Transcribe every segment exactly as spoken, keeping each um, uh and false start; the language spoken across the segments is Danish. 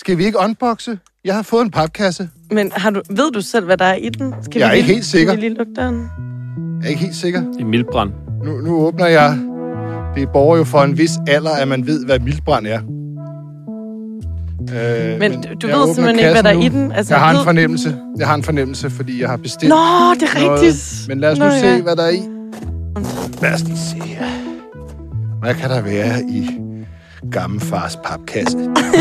Skal vi ikke unboxe? Jeg har fået en papkasse. Men har du, ved du selv, hvad der er i den? Skal jeg er vi ikke lige, helt sikker. Skal vi lige lukke den? Jeg er ikke helt sikker. Det er mildbrand. Nu, nu åbner jeg. Det borger jo for en vis alder, at man ved, hvad mildbrand er. Øh, men, men du ved simpelthen ikke, hvad der er i den? Altså, jeg har en ved... fornemmelse. Jeg har en fornemmelse, fordi jeg har bestilt Nå, det er noget. rigtigt. Men lad os nu Nå, se, ja. hvad der er i. Lad os lige se her. Hvad kan der være i gammelfars papkasse?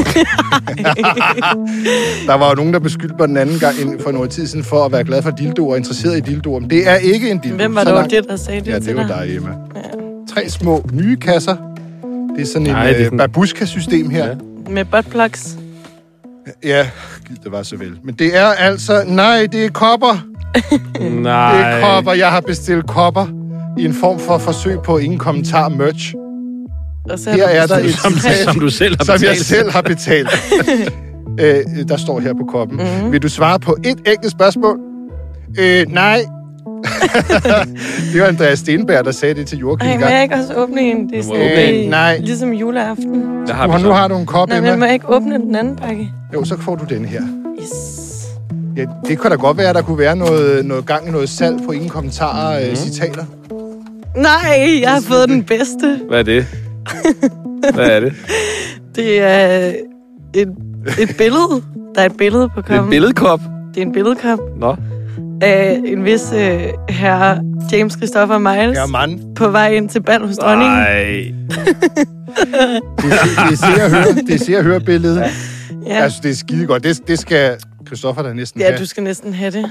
Der var jo nogen, der beskyldte mig den anden gang for noget tid siden for at være glad for dildoer og interesseret i dildoer. Men det er ikke en dildo. Hvem var det, var det, der sagde det ja, til det dig? var dig, Emma. Ja. Tre små nye kasser. Det er sådan Nej, en det er sådan... uh, babushka-system her. Ja. Med buttplugs? Ja, gid det var så vel. Men det er altså... Nej, det er kopper. Nej. Det er kopper. Jeg har bestilt kopper i en form for forsøg på ingen kommentar merch. Og så her er der et som, som du selv har betalt. Som jeg selv har betalt. øh, der står her på koppen. Mm-hmm. Vil du svare på et enkelt spørgsmål? Øh, nej. Det var Andreas Stenberg, der sagde det til Joachim. Ej, må jeg ikke også åbne en? Det er sådan, øh, nej. Ligesom juleaften. Har nu, nu har du en kop, Nej, men må jeg ikke åbne den anden pakke? Jo, så får du den her. Yes. Ja, det kunne da godt være, at der kunne være noget, noget gang i noget salg på ingen kommentarer, mm. øh, citater. Nej, jeg har fået den bedste. Hvad er det? Hvad er det? Det er et, et billede. Der er et billede på koppen. En billedkop? Det er en billedkop. Nå. Af en vis øh, herre James Christopher Miles. Ja, mand. På vej ind til bal hos dronningen. Nej. det, det, ser at høre, det ser at høre billedet. Ja. Ja. Altså, det er skide godt. Det, det skal Christopher da næsten ja, have. Ja, du skal næsten have det.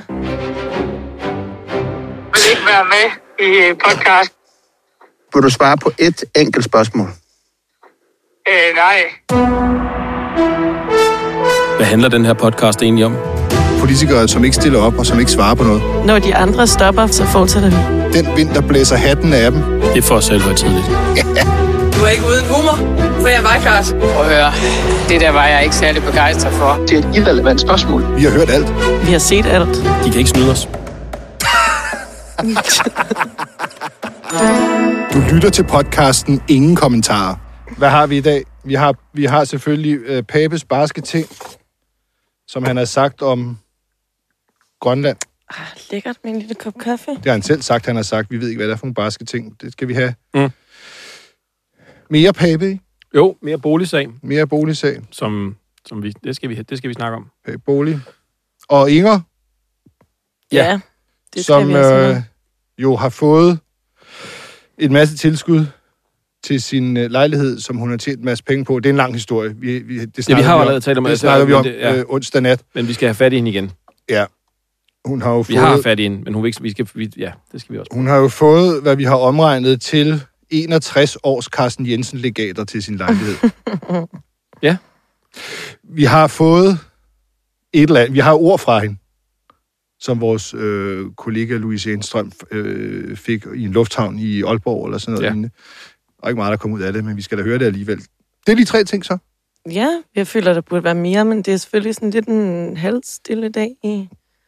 Vil ikke være med i podcast? Vil du svare på et enkelt spørgsmål? Øh, nej. Hvad handler den her podcast egentlig om? Politikere, som ikke stiller op og som ikke svarer på noget. Når de andre stopper, så fortsætter vi. Den vind, der blæser hatten af dem. Det er for os selv højtidligt. Ja. Du er ikke uden humor, for jeg var klart. Prøv at høre, det der var jeg ikke særlig begejstret for. Det er et irrelevant spørgsmål. Vi har hørt alt. Vi har set alt. De kan ikke snyde os. Du lytter til podcasten Ingen Kommentarer. Hvad har vi i dag? Vi har, vi har selvfølgelig øh, Papes barske ting, som han har sagt om Grønland. Ah, lækkert med en lille kop kaffe. Det har han selv sagt, han har sagt. Vi ved ikke, hvad det er for nogle barske ting. Det skal vi have. Mm. Mere Pape, ikke? Jo, mere boligsag. Mere boligsag. Som, som vi, det, skal vi, det skal vi snakke om. Pape bolig. Og Inger. Ja, ja det skal som vi øh, jo har fået en masse tilskud til sin øh, lejlighed, som hun har tjent en masse penge på. Det er en lang historie. Vi, vi, det ja, vi har jo allerede talt om det. Det altså, snakker vi om det, ja. øh, onsdag nat. Men vi skal have fat i hende igen. Ja. Hun har jo vi fået, har fat i hende, men hun vil ikke, vi skal, vi, ja, det skal vi også. Hun har jo fået, hvad vi har omregnet til enogtres års Carsten Jensen-legater til sin lejlighed. Ja. Vi har fået et eller andet, vi har ord fra hende, som vores øh, kollega Louise Enstrøm øh, fik i en lufthavn i Aalborg eller sådan noget. Ja. Der er ikke meget, der kommer ud af det, men vi skal da høre det alligevel. Det er de tre ting så. Ja, jeg føler, der burde være mere, men det er selvfølgelig sådan lidt en halvstille dag i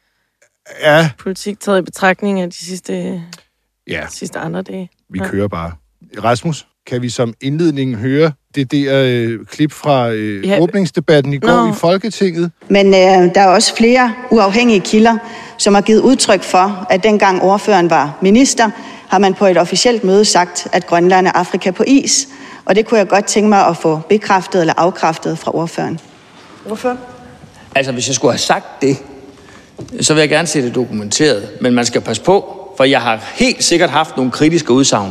ja. politik, taget i betragtning af de sidste, ja. sidste andre dage. Vi ja. kører bare. Rasmus, kan vi som indledning høre det der øh, klip fra øh, ja. åbningsdebatten i går Nå. i Folketinget? Men øh, der er også flere uafhængige kilder, som har givet udtryk for, at dengang ordføreren var minister, har man på et officielt møde sagt, at Grønland er Afrika på is. Og det kunne jeg godt tænke mig at få bekræftet eller afkræftet fra ordføreren. Ordføreren? Altså, hvis jeg skulle have sagt det, så vil jeg gerne se det dokumenteret. Men man skal passe på, for jeg har helt sikkert haft nogle kritiske udsagn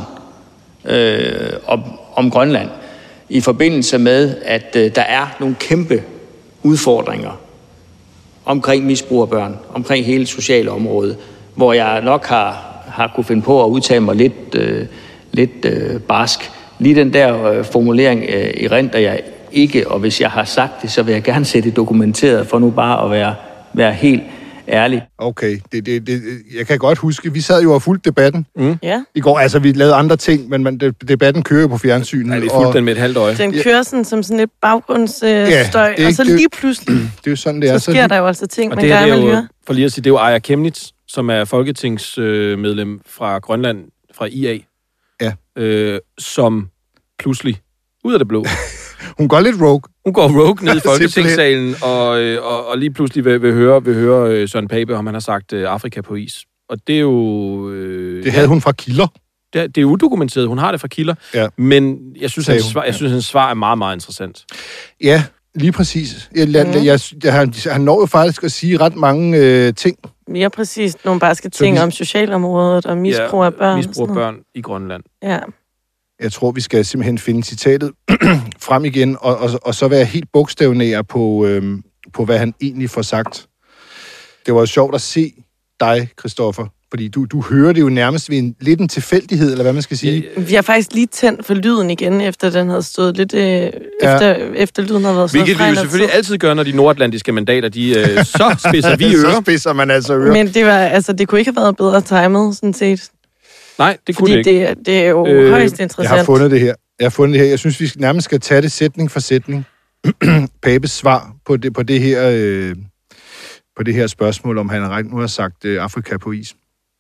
øh, om, om Grønland, i forbindelse med, at øh, der er nogle kæmpe udfordringer omkring misbrug af børn, omkring hele sociale område, hvor jeg nok har, har kunne finde på at udtale mig lidt, øh, lidt øh, barsk. Lige den der øh, formulering øh, erindrer jeg ikke, og hvis jeg har sagt det, så vil jeg gerne se det dokumenteret, for nu bare at være, være helt ærlig. Okay, det, det, det, jeg kan godt huske, vi sad jo og fulgte debatten mm. ja. i går. Altså, vi lavede andre ting, men man, debatten kører jo på fjernsynet. Ja, vi fulgte og, den med et halvt øje. Den kører sådan som sådan et baggrundsstøj, øh, ja, og så lige pludselig, det er jo sådan, det er. så sker så, der jo altså ting, og man det gerne vil høre. For lige at sige, det er jo Aaja Chemnitz, som er folketingsmedlem fra Grønland, fra I A, ja. øh, som pludselig, ud af det blå. Hun går lidt rogue. Hun går rogue ned i Folketingssalen, og, øh, og, og lige pludselig vil, vil høre, vil høre øh, Søren Pape, om han har sagt øh, Afrika på is. Og det er jo... Øh, det havde hun fra kilder. Det, det er udokumenteret. Hun har det fra kilder. Ja. Men jeg synes, hans svar, jeg synes, hans svar er meget, meget interessant. Ja, lige præcis. Jeg, jeg, jeg, jeg, jeg, han, han når jo faktisk at sige ret mange øh, ting. Ja, præcis. Nogle barske ting vi... om socialområdet og misbrug af børn. Ja, misbrug af børn i Grønland. Ja. Jeg tror, vi skal simpelthen finde citatet frem igen, og, og, og så være helt bogstavnære på, øhm, på, hvad han egentlig får sagt. Det var jo sjovt at se dig, Christoffer, fordi du, du hører det jo nærmest ved en, lidt en tilfældighed, eller hvad man skal sige. Vi har faktisk lige tændt for lyden igen, efter den havde stået lidt... Øh, ja. efter, efter lyden havde været Hvilket vi jo selvfølgelig tid. altid gør, når de nordatlantiske mandater, de, øh, så spidser vi ører. Så spidser man altså ører. Men det, var, altså, det kunne ikke have været bedre timet, sådan set. Nej, det kunne Fordi det ikke. Det, det er jo øh, højst interessant. Jeg har fundet det her. Jeg har fundet det her. Jeg synes, vi nærmest skal tage det sætning for sætning. Papes svar på det, på det her... Øh, på det her spørgsmål, om han har ret nu har sagt øh, Afrika på is.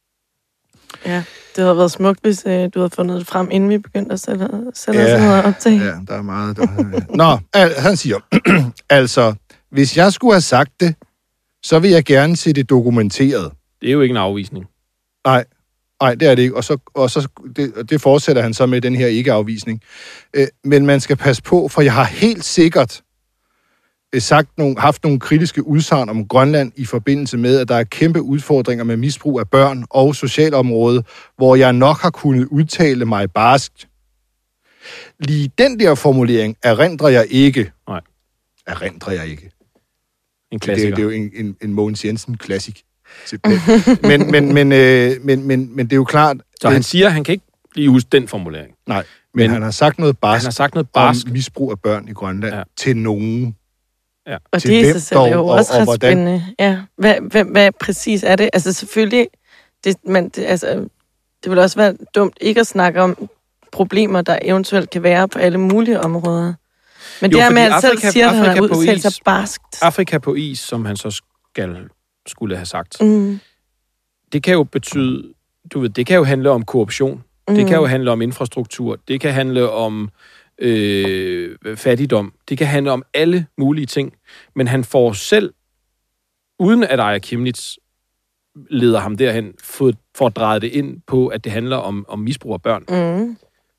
Ja, det havde været smukt, hvis øh, du havde fundet det frem, inden vi begyndte at sætte, sætte ja, os ned og optage. Ja, der er meget... Der, Nå, al- han siger, altså, hvis jeg skulle have sagt det, så vil jeg gerne se det dokumenteret. Det er jo ikke en afvisning. Nej, nej, det er det ikke. Og, så, og så, det, det fortsætter han så med, den her ikke-afvisning. Øh, men man skal passe på, for jeg har helt sikkert sagt nogle, haft nogle kritiske udsagn om Grønland i forbindelse med, at der er kæmpe udfordringer med misbrug af børn og socialområdet, hvor jeg nok har kunnet udtale mig barskt. Lige den der formulering erindrer jeg ikke. Nej. Erindrer jeg ikke. En klassiker. Det, det er jo en, en, en Mogens Jensen-klassik. men, men, men, øh, men, men, men det er jo klart... Så han siger, at han kan ikke lige huske den formulering. Nej, men, men han har sagt noget barskt, han har sagt noget barskt om misbrug af børn i Grønland ja. til nogen. Ja. Og det i sig selv er jo også ret spændende. Ja. Hvad, hvad, hvad præcis er det? Altså selvfølgelig, det, man, det, altså, det vil også være dumt ikke at snakke om problemer, der eventuelt kan være på alle mulige områder. Men jo, det er med, at han selv siger, at han har udtalt sig barskt. Afrika på is, som han så skal, skulle have sagt. Mm. Det kan jo betyde, du ved, det kan jo handle om korruption. Mm. Det kan jo handle om infrastruktur. Det kan handle om Øh, fattigdom. Det kan handle om alle mulige ting. Men han får selv, uden at Aaja Chemnitz leder ham derhen, får drejet det ind på, at det handler om, om misbrug af børn. Mm.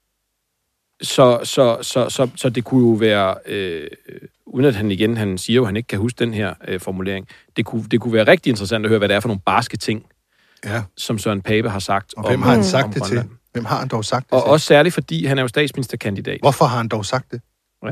Så, så, så, så, så det kunne jo være, øh, uden at han igen, han siger jo, at han ikke kan huske den her øh, formulering, det kunne, det kunne være rigtig interessant at høre, hvad det er for nogle barske ting, ja. som Søren Pape har sagt. Og hvem om, har han sagt det Grønland. til? Hvem har han dog sagt det og til? Også særligt, fordi han er jo statsministerkandidat. Hvorfor har han dog sagt det? Ja.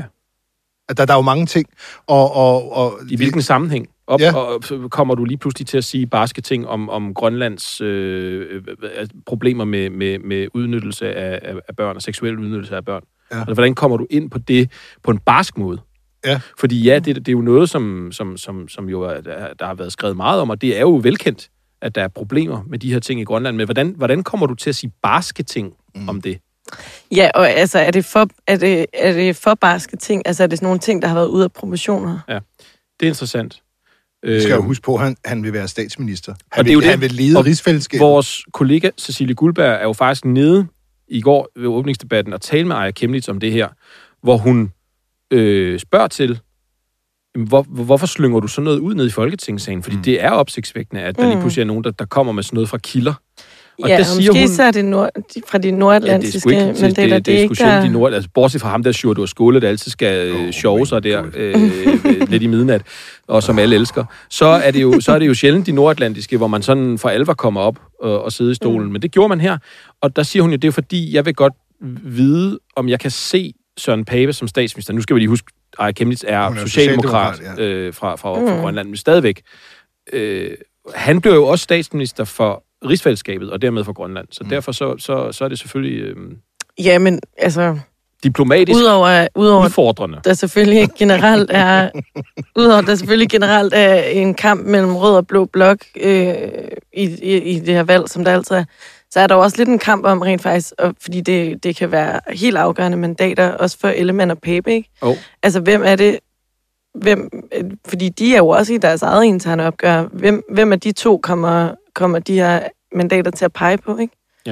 At der, der er jo mange ting. Og, og, og, I hvilken sammenhæng? Op, ja. Og så kommer du lige pludselig til at sige barske ting om, om Grønlands øh, problemer med, med, med udnyttelse af, af børn og seksuel udnyttelse af børn. Ja. Altså, hvordan kommer du ind på det på en barsk måde? Ja. Fordi ja, det, det er jo noget, som, som, som, som jo er, der har været skrevet meget om, og det er jo velkendt, at der er problemer med de her ting i Grønland. Men hvordan, hvordan kommer du til at sige barske ting mm. om det? Ja, og altså, er det for, er det, er det for barske ting? Altså, er det sådan nogle ting, der har været ude af proportioner? Ja, det er interessant. Vi skal jo huske på, at han, han vil være statsminister. Han, og det vil, er jo han det. vil lede rigsfællesskabet. Vores kollega Cecilie Guldberg er jo faktisk nede i går ved åbningsdebatten og tale med Aaja Chemnitz om det her, hvor hun øh, spørger til, hvor, hvorfor slynger du sådan noget ud ned i Folketingssalen? Fordi mm. det er opsigtsvækkende, at der mm. lige pludselig er nogen, der, der kommer med sådan noget fra kilder. Og ja, der siger måske hun, så er det nord, fra de nordatlantiske ja, det er mandater. Det, det, det er sgu sjældent de nord... Altså, bortset fra ham, der Sjurdur Skåle, der altid skal oh, sjove sig der øh, lidt i midnat, og som alle elsker. Så er, det jo, så er det jo sjældent de nordatlantiske, hvor man sådan for alvor kommer op og, og sidder i stolen. Mm. Men det gjorde man her. Og der siger hun jo, det er fordi, jeg vil godt vide, om jeg kan se Søren Pape som statsminister. Nu skal vi lige huske, Aaja Chemnitz er, er socialdemokrat ja. øh, fra, fra, fra mm. Grønland, men stadigvæk. Øh, han blev jo også statsminister for rigsfællesskabet, og dermed for Grønland. Så mm. derfor så, så, så er det selvfølgelig... Øh, ja, men altså... Diplomatisk udover, udover, udfordrende. Der selvfølgelig generelt er... udover der selvfølgelig generelt er en kamp mellem rød og blå blok øh, i, i, i det her valg, som der altså er, så er der også lidt en kamp om rent faktisk, og, fordi det, det kan være helt afgørende mandater, også for Ellemann og Pape, ikke? Oh. Altså, hvem er det... Hvem, fordi de er jo også i deres eget interne opgør. Hvem, hvem af de to kommer, kommer de her mandater til at pege på, ikke? Ja.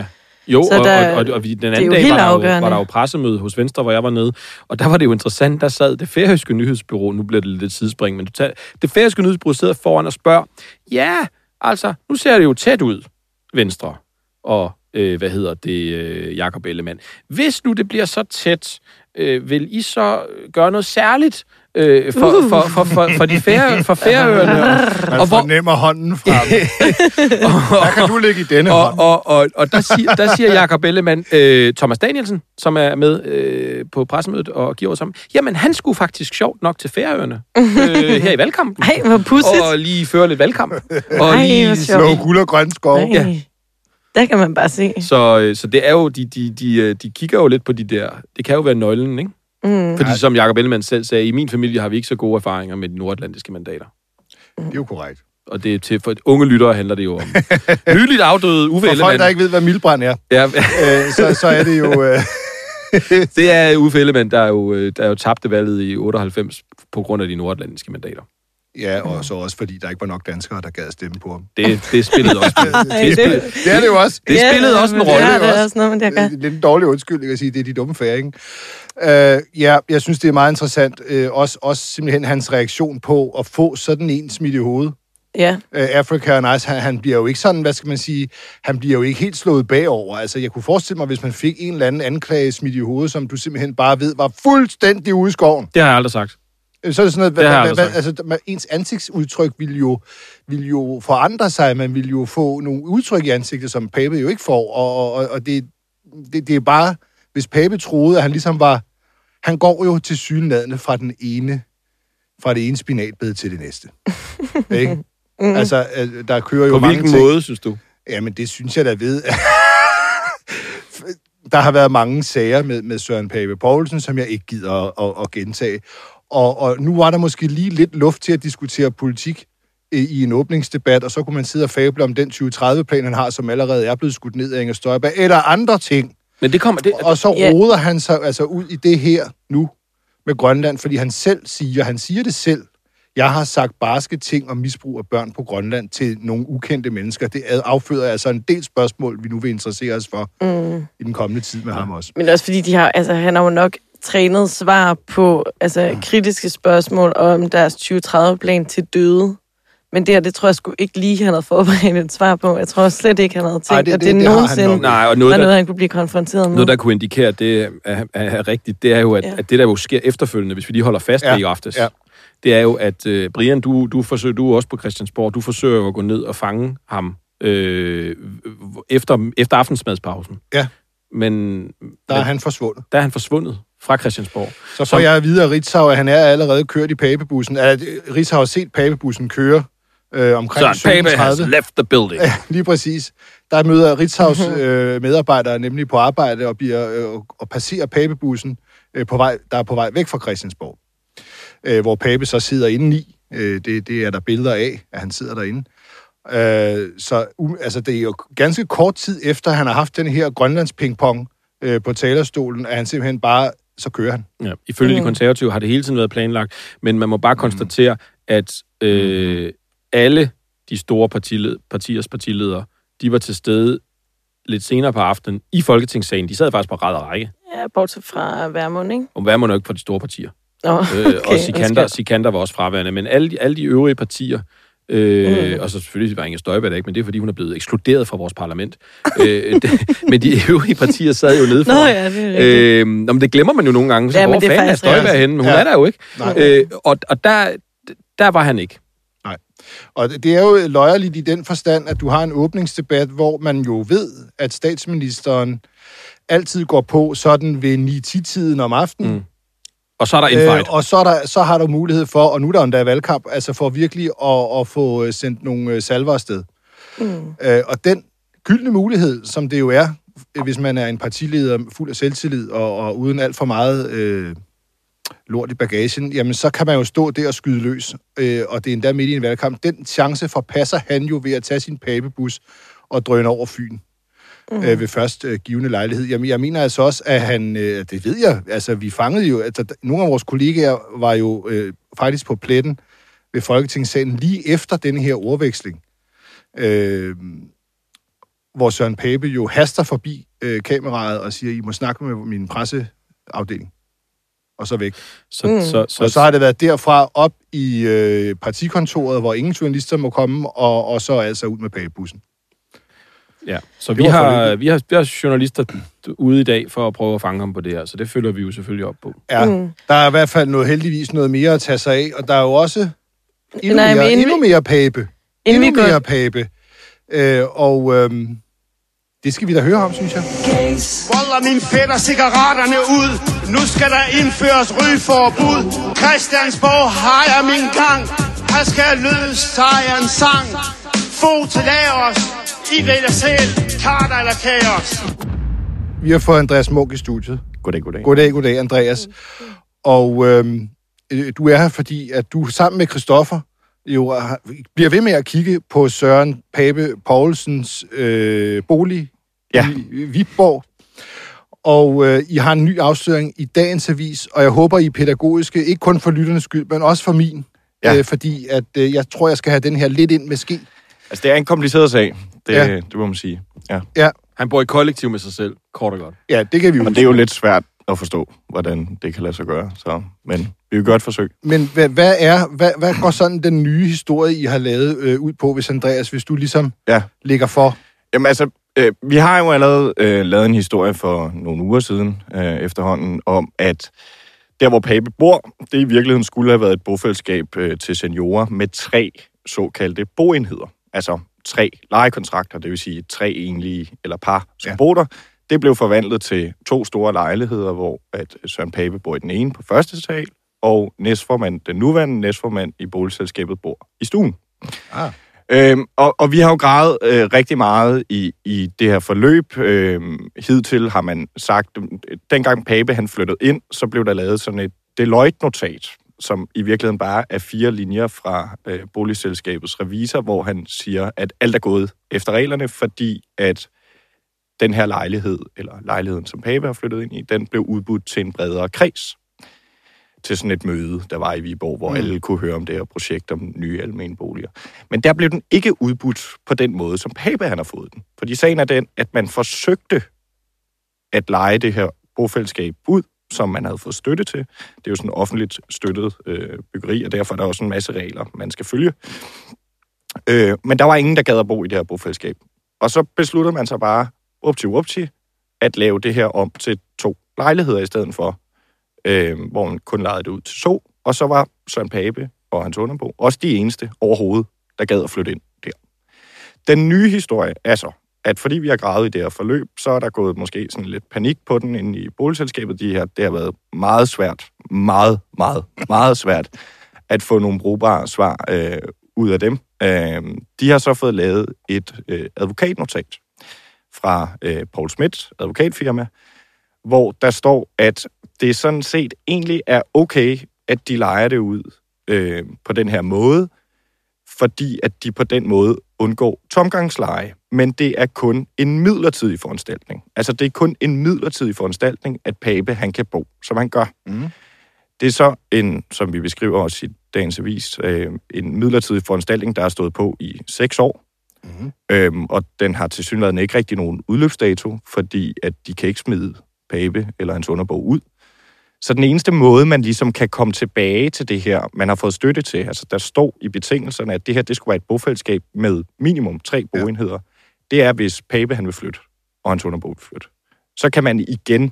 Jo, så og, der, og, og, og den anden dag var der, jo, var der jo pressemøde hos Venstre, hvor jeg var nede, og der var det jo interessant, der sad det færøske nyhedsbureau, nu bliver det lidt sidespring, men tager, det færøske nyhedsbureau sidder foran og spørger, ja, altså, nu ser det jo tæt ud, Venstre, og øh, hvad hedder det, øh, Jakob Ellemann. Hvis nu det bliver så tæt, øh, vil I så gøre noget særligt øh, for, uh. for, for, for, for de færø, for Færøerne? Man og fornemmer hvor... hånden frem. Der kan du ligge i denne og, hånd. Og, og, og, og der siger, der siger Jakob Ellemann, øh, Thomas Danielsen, som er med øh, på pressemødet og giver os sammen, jamen han skulle faktisk sjovt nok til Færøerne øh, her i valgkampen. Ej, hvor pudsigt. Og lige føre lidt valgkamp. Og Ej, lige slå guld og grøn skov. Ja. Der kan man bare se. Så, så det er jo, de, de, de, de kigger jo lidt på de der, det kan jo være nøglen, ikke? Mm. Fordi som Jakob Ellemann selv sagde, i min familie har vi ikke så gode erfaringer med de nordatlantiske mandater. Det er jo korrekt. Og det er til, for unge lyttere handler det jo om. Nyligt afdøde Uffe Ellemann. For folk, der ikke ved, hvad mildbrand er, ja. øh, så, så er det jo... Øh... det er Uffe Ellemann, der er jo, der er jo tabte valget i otteoghalvfems på grund af de nordatlantiske mandater. Ja, og så også fordi der ikke var nok danskere, der gad stemme på ham. Det, det spillede også. det, det, det er det jo også. Det spillede ja, også en rolle. Ja, det er også noget, man der gør. Det er lidt en dårlig undskyldning at sige, det er de dumme færinger. Uh, ja, jeg synes, det er meget interessant. Uh, også, også simpelthen hans reaktion på at få sådan en smidt i hovedet. Ja. Uh, Africa and Ice, han, han bliver jo ikke sådan, hvad skal man sige, han bliver jo ikke helt slået bagover. Altså, jeg kunne forestille mig, hvis man fik en eller anden anklage smidt i hovedet, som du simpelthen bare ved, var fuldstændig ude i skoven. Det har jeg aldrig sagt. Så er det sådan noget, hvad, hvad, hvad, altså, ens ansigtsudtryk ville jo, ville jo forandre sig, man ville jo få nogle udtryk i ansigtet, som Pape jo ikke får, og, og, og det, det, det er bare, hvis Pape troede, at han ligesom var, han går jo til sygeladende fra den ene, fra det ene spinatbed til det næste. Ikke? Mm. Altså, der kører jo på mange ting. På hvilken måde, synes du? Jamen, det synes jeg da ved. Der har været mange sager med, med Søren Pape Poulsen, som jeg ikke gider at, at, at gentage. Og, og nu var der måske lige lidt luft til at diskutere politik i en åbningsdebat, og så kunne man sidde og fable om den tyve tredive-plan, han har, som allerede er blevet skudt ned af Inger Støjberg, eller andre ting. Men det kommer... Det, og så roder yeah. han sig altså ud i det her nu med Grønland, fordi han selv siger, han siger det selv, jeg har sagt barske ting om misbrug af børn på Grønland til nogle ukendte mennesker. Det afføder altså en del spørgsmål, vi nu vil interessere os for mm. i den kommende tid med ham også. Men også fordi de har, altså, han har jo nok trænet svar på altså, kritiske spørgsmål om deres tyve tredive-plan til døde. Men det her, det tror jeg sgu ikke lige, han havde forberedt et svar på. Jeg tror slet ikke, han havde tænkt, Ej, det, at det, det, det nogensinde Nej, og noget, var noget, der, han kunne blive konfronteret med. Noget, der kunne indikere, at det er, er, er rigtigt, det er jo, at, ja. at det, der jo sker efterfølgende, hvis vi lige holder fast ja. i aftes, ja. det er jo, at uh, Brian, du, du forsøger, du er også på Christiansborg, du forsøger jo at gå ned og fange ham øh, efter, efter aftensmadspausen. Ja. Men... Der er men, han forsvundet. Der er han forsvundet fra Christiansborg. Så får Som, jeg at vide af Ritzau, at han er allerede kørt i Papebussen. Altså, Ritzau har set Papebussen køre øh, omkring så Pape has left the building. Ja, lige præcis. Der møder Ritzaus øh, medarbejdere nemlig på arbejde og, bliver, øh, og passerer Papebussen, øh, på vej, der er på vej væk fra Christiansborg. Øh, hvor Pape så sidder inde i. Øh, det, det er der billeder af, at han sidder derinde. Øh, så um, altså, det er jo ganske kort tid efter, han har haft den her Grønlands pingpong øh, på talerstolen, at han simpelthen bare, så kører han. Ja, ifølge mm. de konservative har det hele tiden været planlagt, men man må bare konstatere, at øh, alle de store partiled, partiers partiledere, de var til stede lidt senere på aftenen i Folketingssalen. De sad faktisk på ræd og række. Ja, bortset fra Vermund, ikke? Og Vermund er jo ikke fra de store partier. Oh, okay. øh, og Sikander, Sikander var også fraværende, men alle de, alle de øvrige partier, øh, mm. og så selvfølgelig var Inger Støjberg der ikke, men det er fordi, hun er blevet ekskluderet fra vores parlament. øh, det, men de øvrige partier sad jo nede for. Nå ja, det er øh, nå, men det glemmer man jo nogle gange, så ja, hvor fanden er Støjberg henne? Men hun ja. er der jo ikke. Øh, og og der, der var han ikke. Nej. Og det er jo løjerligt i den forstand, at du har en åbningsdebat, hvor man jo ved, at statsministeren altid går på sådan ved ni ti-tiden om aftenen. Mm. Og så er der en fight. Øh, og så, er der, så har du mulighed for, og nu er der endda valgkamp, altså for virkelig at, at få sendt nogle salver afsted. Mm. Øh, og den gyldne mulighed, som det jo er, hvis man er en partileder fuld af selvtillid og, og uden alt for meget øh, lort i bagagen, jamen så kan man jo stå der og skyde løs. Øh, og det er endda midt i en valgkamp. Den chance forpasser han jo ved at tage sin Papebus og drøne over Fyn. Mm. Øh, ved først øh, givende lejlighed. Jamen, jeg mener altså også, at han, øh, det ved jeg, altså vi fangede jo, altså nogle af vores kollegaer var jo øh, faktisk på pletten ved Folketingssalen lige efter denne her ordveksling. Øh, hvor Søren Pape jo haster forbi øh, kameraet og siger, I må snakke med min presseafdeling. Og så væk. Så, mm. så, så, og så har det været derfra op i øh, partikontoret, hvor ingen journalister må komme, og, og så altså ud med Pape-bussen. Ja, så vi har, vi, har, vi har journalister ude i dag for at prøve at fange ham på det her, så det følger vi jo selvfølgelig op på. Ja, mm. der er i hvert fald noget, heldigvis noget mere at tage sig af, og der er jo også endnu, Nej, mere, endnu, endnu mere Pape. Endnu mere går... Pape. Øh, og øh, det skal vi da høre om, synes jeg. Volder min fætter cigaretterne ud. Nu skal der indføres rygeforbud. Christiansborg har jeg min gang. Her skal løs sejren sang. Få til os. I vælger selv. Karter eller kaos. Vi har fået Andreas Munch i studiet. Goddag, goddag. Goddag, goddag, Andreas. Og øh, du er her, fordi at du sammen med Christoffer jo bliver ved med at kigge på Søren Pape Poulsens øh, bolig ja. i Viborg. Og øh, I har en ny afsløring i dagens avis, og jeg håber, I er pædagogiske, ikke kun for lytternes skyld, men også for min. Ja. Øh, fordi at, øh, jeg tror, jeg skal have den her lidt ind med ske. Altså, det er en kompliceret sag. Det, ja. det må man sige. Ja. ja. Han bor i kollektiv med sig selv, kort og godt. Ja, det kan vi jo. Og det er jo lidt svært at forstå, hvordan det kan lade sig gøre. Så, men vi vil gøre et forsøg. Men hvad, hvad, er, hvad, hvad går sådan den nye historie, I har lavet øh, ud på, hvis Andreas, hvis du ligesom ja. ligger for? Jamen altså, øh, vi har jo allerede øh, lavet en historie for nogle uger siden øh, efterhånden, om at der, hvor Pape bor, det i virkeligheden skulle have været et bofællesskab øh, til seniorer med tre såkaldte boenheder. Altså tre lejekontrakter, det vil sige tre enlige eller par, som ja. bor der. Det blev forvandlet til to store lejligheder, hvor at Søren Pape bor i den ene på første sal, og næstformand, den nuværende næstformand i boligselskabet bor i stuen. Ah. Øhm, og, og vi har jo gravet øh, rigtig meget i, i det her forløb. Øhm, hidtil har man sagt, dengang Pape han flyttede ind, så blev der lavet sådan et Deloitte-notat, som i virkeligheden bare er fire linjer fra øh, boligselskabets revisor, hvor han siger, at alt er gået efter reglerne, fordi at den her lejlighed, eller lejligheden, som Pape har flyttet ind i, den blev udbudt til en bredere kreds. Til sådan et møde, der var i Viborg, hvor mm. alle kunne høre om det her projekt om nye almene boliger. Men der blev den ikke udbudt på den måde, som Pape han har fået den. Fordi sagen er den, at man forsøgte at leje det her bofællesskab ud, som man havde fået støtte til. Det er jo sådan offentligt støttet øh, byggeri, og derfor er der også en masse regler, man skal følge. Øh, men der var ingen, der gad at bo i det her bofællesskab. Og så besluttede man sig bare, upti upti, at lave det her om til to lejligheder i stedet for, øh, hvor man kun lejede det ud til to. Og så var Søren Pape og hans underbo også de eneste overhovedet, der gad at flytte ind der. Den nye historie er så, at fordi vi har gravet i det her forløb, så er der gået måske sådan lidt panik på den inde i boligselskabet. De her, det har været meget svært, meget, meget, meget svært at få nogle brugbare svar øh, ud af dem. Øh, de har så fået lavet et øh, advokatnotat fra øh, Poul Schmidt, advokatfirma, hvor der står, at det sådan set egentlig er okay, at de lejer det ud øh, på den her måde, fordi at de på den måde undgår tomgangsleje, men det er kun en midlertidig foranstaltning. Altså, det er kun en midlertidig foranstaltning, at Pape, han kan bo, som han gør. Mm. Det er så en, som vi beskriver også i dagens avis, øh, en midlertidig foranstaltning, der er stået på i seks år. Mm. Øhm, og den har tilsyneladende ikke rigtig nogen udløbsdato, fordi at de kan ikke smide Pape eller hans underbo ud. Så den eneste måde, man ligesom kan komme tilbage til det her, man har fået støtte til, altså der står i betingelserne, at det her, det skulle være et bofællesskab med minimum tre boenheder, ja. Det er, hvis Pape han vil flytte, og hans underbo vil flytte. Så kan man igen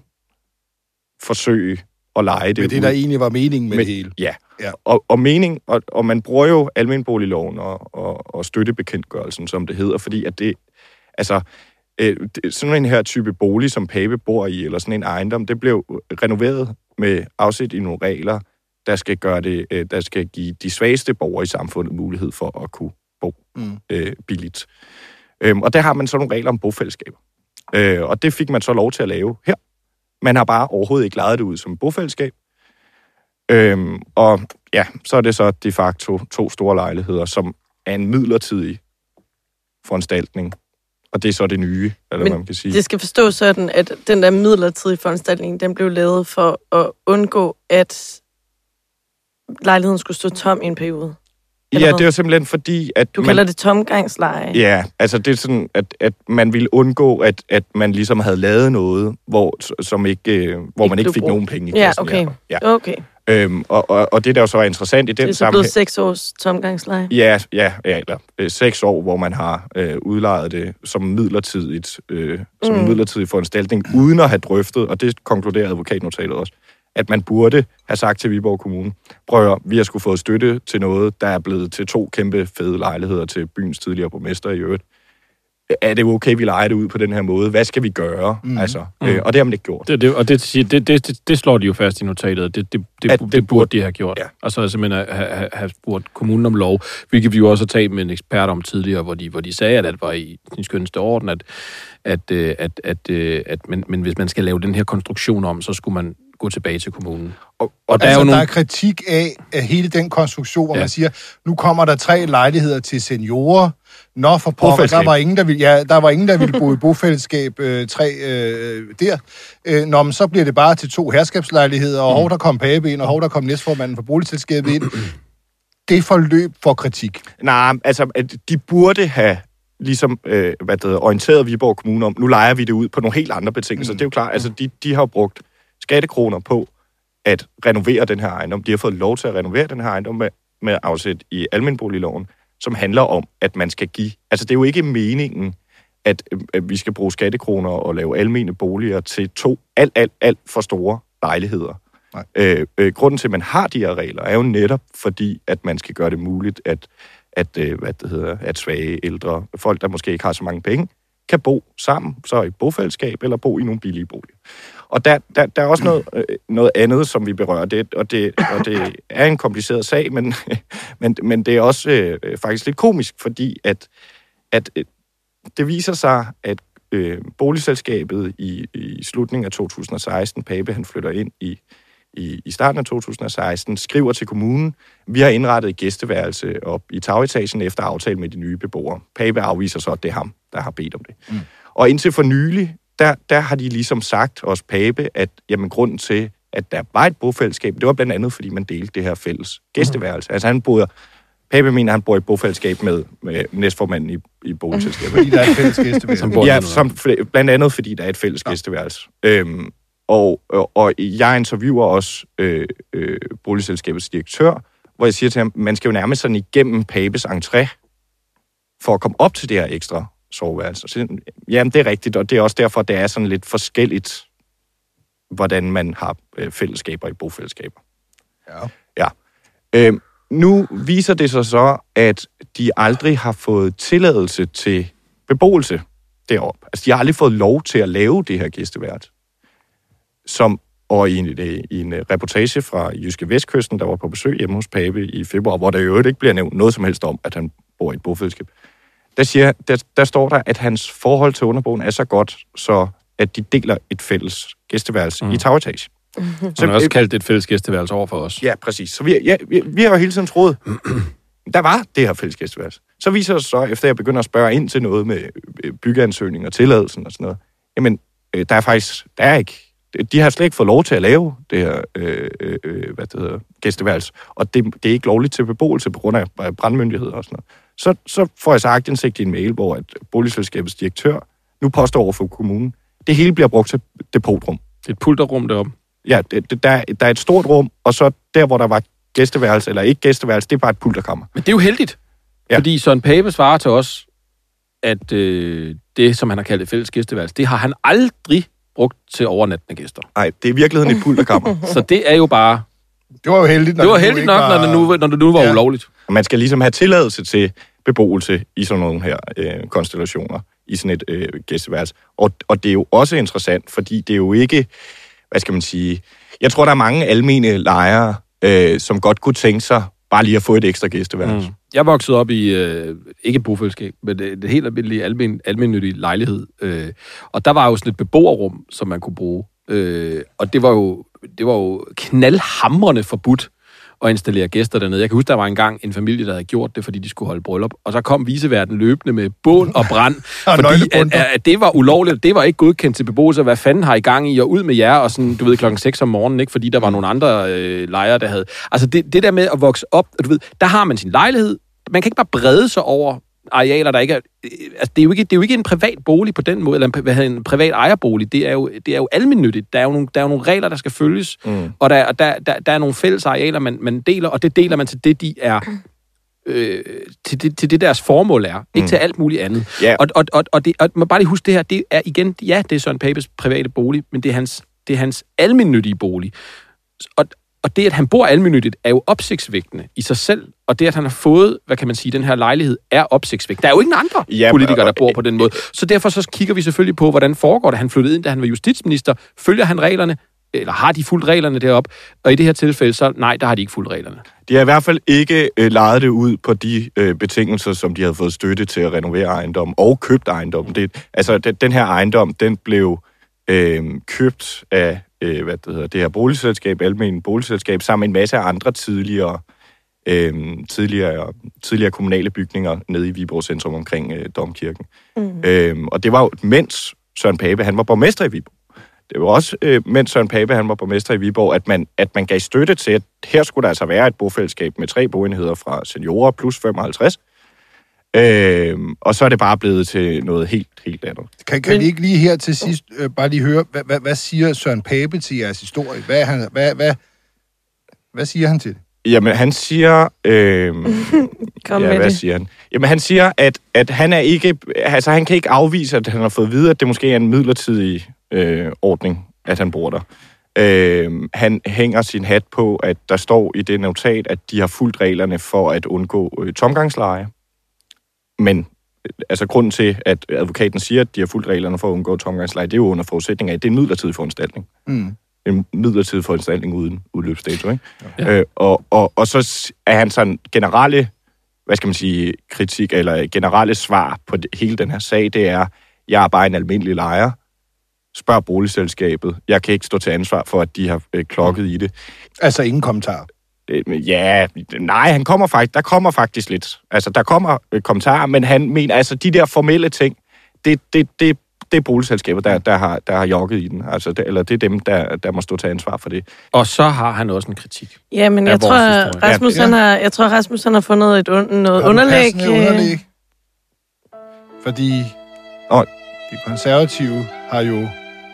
forsøge at leje det. Men det, ud. der egentlig var meningen med Men, det hele. Ja, ja. Og, og mening, og, og man bruger jo almenboligloven og, og, og støttebekendtgørelsen, som det hedder, fordi at det, altså, øh, det, sådan en her type bolig, som Pape bor i, eller sådan en ejendom, det blev renoveret med afsæt i nogle regler, der skal gøre det, øh, der skal give de svageste borgere i samfundet mulighed for at kunne bo mm. øh, billigt. Øhm, og der har man så nogle regler om bofællesskaber. Øh, og det fik man så lov til at lave her. Man har bare overhovedet ikke lejet det ud som bofællesskab. Øhm, og ja, så er det så de facto to store lejligheder, som er en midlertidig foranstaltning. Og det er så det nye, eller hvad man kan sige. Det skal forstås sådan, at den der midlertidige foranstaltning, den blev lavet for at undgå, at lejligheden skulle stå tom i en periode. Ja, det er jo simpelthen fordi, at... Du man, kalder det tomgangsleje. Ja, altså det er sådan, at, at man ville undgå, at, at man ligesom havde lavet noget, hvor, som ikke, hvor ikke man ikke fik brugt nogen penge i kassen. Ja, okay. Ja. okay. Øhm, og, og, og det, der jo så er interessant i den sammenhæng... Det er så blevet seks års tomgangsleje? Ja, ja, ja eller øh, seks år, hvor man har øh, udlejet det som midlertidigt, øh, som mm. midlertidig foranstaltning, uden at have drøftet, og det konkluderede advokatnotatet også, at man burde have sagt til Viborg Kommune, prøv at vi har skulle fået støtte til noget, der er blevet til to kæmpe fede lejligheder til byens tidligere borgmester i øvrigt. Er det okay, vi leger det ud på den her måde? Hvad skal vi gøre? Mm. Altså, mm. Øh, og det har man ikke gjort. Det, det, og det, det, det, det slår de jo fast i notatet. Det, det, det, det, det burde de have gjort. Ja. Og så simpelthen have, have spurgt kommunen om lov, hvilket vi jo også har talt med en ekspert om tidligere, hvor de, hvor de sagde, at det var i den skønneste orden, at, at, at, at, at, at men, men hvis man skal lave den her konstruktion om, så skulle man gå tilbage til kommunen. Og, og der, altså, er jo nogle... der er kritik af, af hele den konstruktion, hvor ja. man siger, nu kommer der tre lejligheder til seniorer. Nå, for pokker, der var ingen, der ville, ja, der var ingen, der ville bo i bofællesskab øh, tre øh, der. Øh, nå, men så bliver det bare til to herskabslejligheder, og mm. hov, der kom Pape ind, og hov, der kom næstformanden for boligselskabet ind. Det forløb for kritik. Nej, altså, de burde have ligesom øh, hvad det hedder, orienteret Viborg Kommune om, nu leger vi det ud på nogle helt andre betingelser. Mm. Det er jo klart, altså, de, de har brugt skattekroner på at renovere den her ejendom. De har fået lov til at renovere den her ejendom med, med afsæt i almenboligloven, som handler om, at man skal give... Altså, det er jo ikke meningen, at, at vi skal bruge skattekroner og lave almene boliger til to alt, alt, alt for store lejligheder. Øh, øh, grunden til, at man har de her regler, er jo netop fordi, at man skal gøre det muligt, at, at, øh, hvad det hedder, at svage ældre, folk, der måske ikke har så mange penge, kan bo sammen, så i bofællesskab, eller bo i nogle billige boliger. Og der, der, der er også noget, øh, noget andet, som vi berører, det, og, det, og det er en kompliceret sag, men, men, men det er også øh, faktisk lidt komisk, fordi at, at øh, det viser sig, at øh, boligselskabet i, i slutningen af to tusind og seksten, Pape, han flytter ind i, i, i starten af to tusind og seksten, skriver til kommunen, vi har indrettet et gæsteværelse op i tagetagen efter aftale med de nye beboere. Pape afviser så, at det er ham, der har bedt om det. Mm. Og indtil for nylig, Der, der har de ligesom sagt, også Pape, at jamen, grunden til, at der var et bofællesskab, det var blandt andet, fordi man delte det her fælles gæsteværelse. Mm. Altså han boede, Pape mener, han bor i et bofællesskab med, med næstformanden i, i boligselskabet. Fordi der er et fælles gæsteværelse. Ja, som, blandt andet, fordi der er et fælles ja. gæsteværelse. Øhm, og, og, og jeg interviewer også øh, øh, boligselskabets direktør, hvor jeg siger til ham, man skal jo nærmest sådan igennem Papes entré, for at komme op til det her ekstra soveværelse. Så, jamen, det er rigtigt, og det er også derfor, det er sådan lidt forskelligt, hvordan man har øh, fællesskaber i bofællesskaber. Ja. Ja. Øh, nu viser det sig så, at de aldrig har fået tilladelse til beboelse deroppe. Altså, de har aldrig fået lov til at lave det her gæsteværelse. Som, og i en, i en reportage fra Jyske Vestkysten, der var på besøg hjemme hos Pape i februar, hvor der jo ikke bliver nævnt noget som helst om, at han bor i et bofællesskab. Der, siger, der, der står der, at hans forhold til underboen er så godt, så at de deler et fælles gæsteværelse mm. i tagetage. Mm-hmm. Så han har også kaldt det et fælles gæsteværelse over for os. Ja, præcis. Så vi, ja, vi, vi har jo hele tiden troet, der var det her fælles gæsteværelse. Så viser det så, efter jeg begynder at spørge ind til noget med byggeansøgning og tilladelsen og sådan noget, jamen, der er faktisk, der er ikke, de har slet ikke fået lov til at lave det her øh, øh, hvad det hedder, gæsteværelse, og det, det er ikke lovligt til beboelse på grund af brandmyndigheder og sådan noget. Så, så får jeg så aktindsigt i en mail, hvor at boligselskabets direktør nu påstår over for kommunen, det hele bliver brugt til depotrum. Det er et pulterrum deroppe. Ja, det, det, der, der er et stort rum, og så der, hvor der var gæsteværelse, eller ikke gæsteværelse, det er bare et pulterkammer. Men det er jo heldigt, ja. Fordi Søren Pape svarer til os, at øh, det, som han har kaldt et fælles gæsteværelse, det har han aldrig brugt til overnattende gæster. Nej, det er i virkeligheden et pulterkammer. Så det er jo bare... Det var jo heldigt, når det var det heldigt nok, var... når, det nu, når det nu var ja. ulovligt. Man skal ligesom have tilladelse til beboelse i sådan nogle her øh, konstellationer, i sådan et øh, gæsteværelse. Og, og det er jo også interessant, fordi det er jo ikke, hvad skal man sige, jeg tror, der er mange almene lejere, øh, som godt kunne tænke sig bare lige at få et ekstra gæsteværelse. Mm. Jeg voksede op i, øh, ikke bofællesskab, men det, det helt almindelige almen, almennyttige lejlighed. Øh, og der var jo sådan et beboerrum, som man kunne bruge. Øh, og det var jo, det var jo knaldhamrende forbudt at installere gæster dernede. Jeg kan huske, der var engang en familie, der havde gjort det, fordi de skulle holde bryllup. Og så kom viceverden løbende med bål og brand, fordi at, at det var ulovligt. Det var ikke godkendt til beboelse. Hvad fanden har I gang i? Og ud med jer, og sådan, du ved, klokken seks om morgenen, ikke? Fordi der var nogle andre øh, lejre, der havde... Altså det, det der med at vokse op, du ved, der har man sin lejlighed. Man kan ikke bare brede sig over arealer, der ikke er... Altså, det er jo ikke, det er jo ikke en privat bolig på den måde, eller en, hvad hedder, en privat ejerbolig. Det er jo, det er jo almennyttigt. Der er jo nogle, der er jo nogle regler, der skal følges, mm. og der, der, der, der er nogle fælles arealer, man, man deler, og det deler man til det, de er... Øh, til, det, til det, deres formål er. Ikke mm. til alt muligt andet. Yeah. Og, og, og, og, det, og man bare lige huske det her, det er igen, ja, det er Søren Papes private bolig, men det er hans, det er hans almennyttige bolig. Og, Og det, at han bor almennyttigt, er jo opsigtsvækkende i sig selv. Og det, at han har fået, hvad kan man sige, den her lejlighed, er opsigtsvækkende. Der er jo ingen andre ja, politikere, der bor på den måde. Så derfor så kigger vi selvfølgelig på, hvordan foregår det. Han flyttede ind, da han var justitsminister. Følger han reglerne? Eller har de fulgt reglerne deroppe? Og i det her tilfælde, så nej, der har de ikke fulgt reglerne. De har i hvert fald ikke øh, lejet det ud på de øh, betingelser, som de havde fået støtte til at renovere ejendommen og købt ejendommen. Det, altså, det, den her ejendom, den blev øh, købt af øh, hvad det hedder, det her boligselskab, almen boligselskab, sammen med en masse andre tidligere, øh, tidligere, tidligere kommunale bygninger nede i Viborg Centrum omkring øh, Domkirken. Mm. Øh, og det var jo, mens Søren Pape, han var borgmester i Viborg. Det var også, øh, mens Søren Pape, han var borgmester i Viborg, at man, at man gav støtte til, at her skulle der altså være et bofællesskab med tre boenheder fra seniorer plus femoghalvtreds. Øh, og så er det bare blevet til noget helt, helt andet. Kan, kan vi ikke lige her til sidst øh, bare lige høre, hvad, hvad, hvad siger Søren Pape til jeres historie? Hvad, han, hvad, hvad, hvad siger han til det? Jamen, han siger... Øh, Kom ja, med hvad det. siger han? Jamen, han siger, at, at han er ikke... Altså, han kan ikke afvise, at han har fået videre, at det måske er en midlertidig øh, ordning, at han bor der. Øh, han hænger sin hat på, at der står i det notat, at de har fulgt reglerne for at undgå øh, tomgangsleje. Men altså grunden til, at advokaten siger, at de har fulgt reglerne for at undgå tomgangsleje, det er jo under forudsætning af, at det er en midlertidig foranstaltning. Mm. En midlertidig foranstaltning uden udløbsdato, ikke? Ja. Øh, og, og, og så er han sådan generelle, hvad skal man sige, kritik, eller generelle svar på det, hele den her sag, det er, jeg er bare en almindelig lejer. Spørg boligselskabet. Jeg kan ikke stå til ansvar for, at de har øh, klokket i det. Altså ingen kommentar? Ja, nej, han kommer faktisk, der kommer faktisk lidt. Altså, der kommer øh, kommentarer, men han mener, altså, de der formelle ting, det, det, det, det er boligselskaber, der, der, har, der har jokket i den. Altså, det, eller det er dem, der, der må stå til ansvar for det. Og så har han også en kritik. Ja, men jeg tror, Rasmus, ja. han har, jeg tror, Rasmus han har fundet et un, noget underlæg. underlæg. Fordi oh. de konservative har jo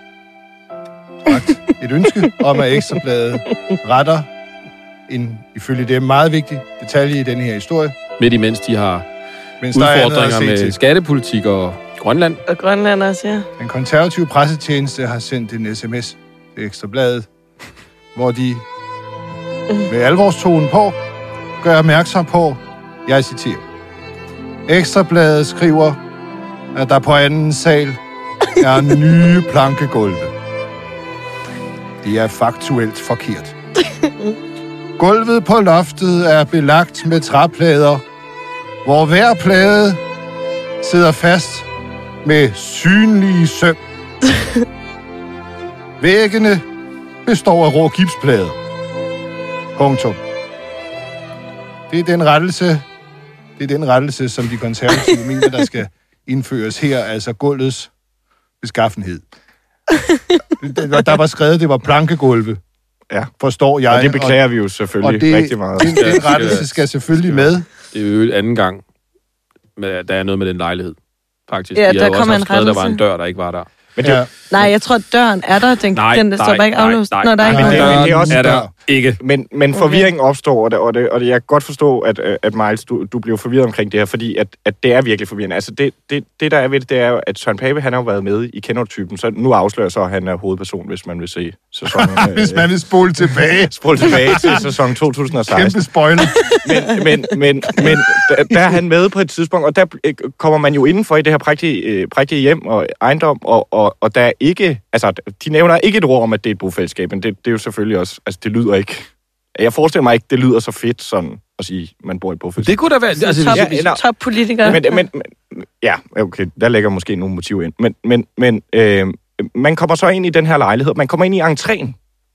sagt et ønske om, at Ekstrabladet retter en, ifølge det, meget vigtig detalje i den her historie. Midt imens de har Mens udfordringer med til. skattepolitik og Grønland. Og Grønland også, ja. Den konservative pressetjeneste har sendt en sms til Ekstrabladet, hvor de med alvorstonen på gør opmærksom på, jeg citerer, Ekstrabladet skriver, at der på anden sal er nye plankegulve. Det er faktuelt forkert. Gulvet på loftet er belagt med træplader, hvor hver plade sidder fast med synlige søm. Væggene består af rå gipsplader. Punktum. Det er den rettelse, det er den rettelse, som de konservative mener, der skal indføres her, altså gulvets beskaffenhed. Der var skrevet, det var plankegulve. Ja. Forstår jeg. Og det beklager og, vi jo selvfølgelig og det, rigtig meget. Den, den rettelse skal selvfølgelig med. Det er jo anden gang, der er noget med den lejlighed, faktisk. Ja, de der kom en skrevet, der var en dør, der ikke var der. Men det, ja. Nej, jeg tror, at døren er der. Den, nej, den der står bare ikke aflåst. Nej, Nå, der er ikke men det, nogen men det er også er der ikke. Men, men forvirringen opstår, og, det, og, det, og det, jeg kan godt forstå, at, at Miles, du, du bliver forvirret omkring det her, fordi at, at det er virkelig forvirrende. Altså det, det, det, der er ved det, det er jo, at Søren Pape, han har jo været med i Kender-typen, så nu afslører så, at han er hovedperson, hvis man vil se sæsonen. Hvis man vil spole tilbage. Spole tilbage til sæson to tusind og seksten. Kæmpe spoiler. Men, men, men, men der, der er han med på et tidspunkt, og der kommer man jo indenfor i det her prægtige, prægtige hjem og ejendom, og, og, og der er ikke, altså de nævner ikke et ord om, at det er et bofællesskab, men det, det er jo selvfølgelig også, altså det lyder ikke, jeg forestiller mig ikke, det lyder så fedt sådan at sige, man bor i et bofællesskab. Det kunne da være, altså top, ja, eller, top politikere. Men, men, men, ja, okay, der lægger måske nogle motiver ind, men, men, men øh, man kommer så ind i den her lejlighed, man kommer ind i entréen,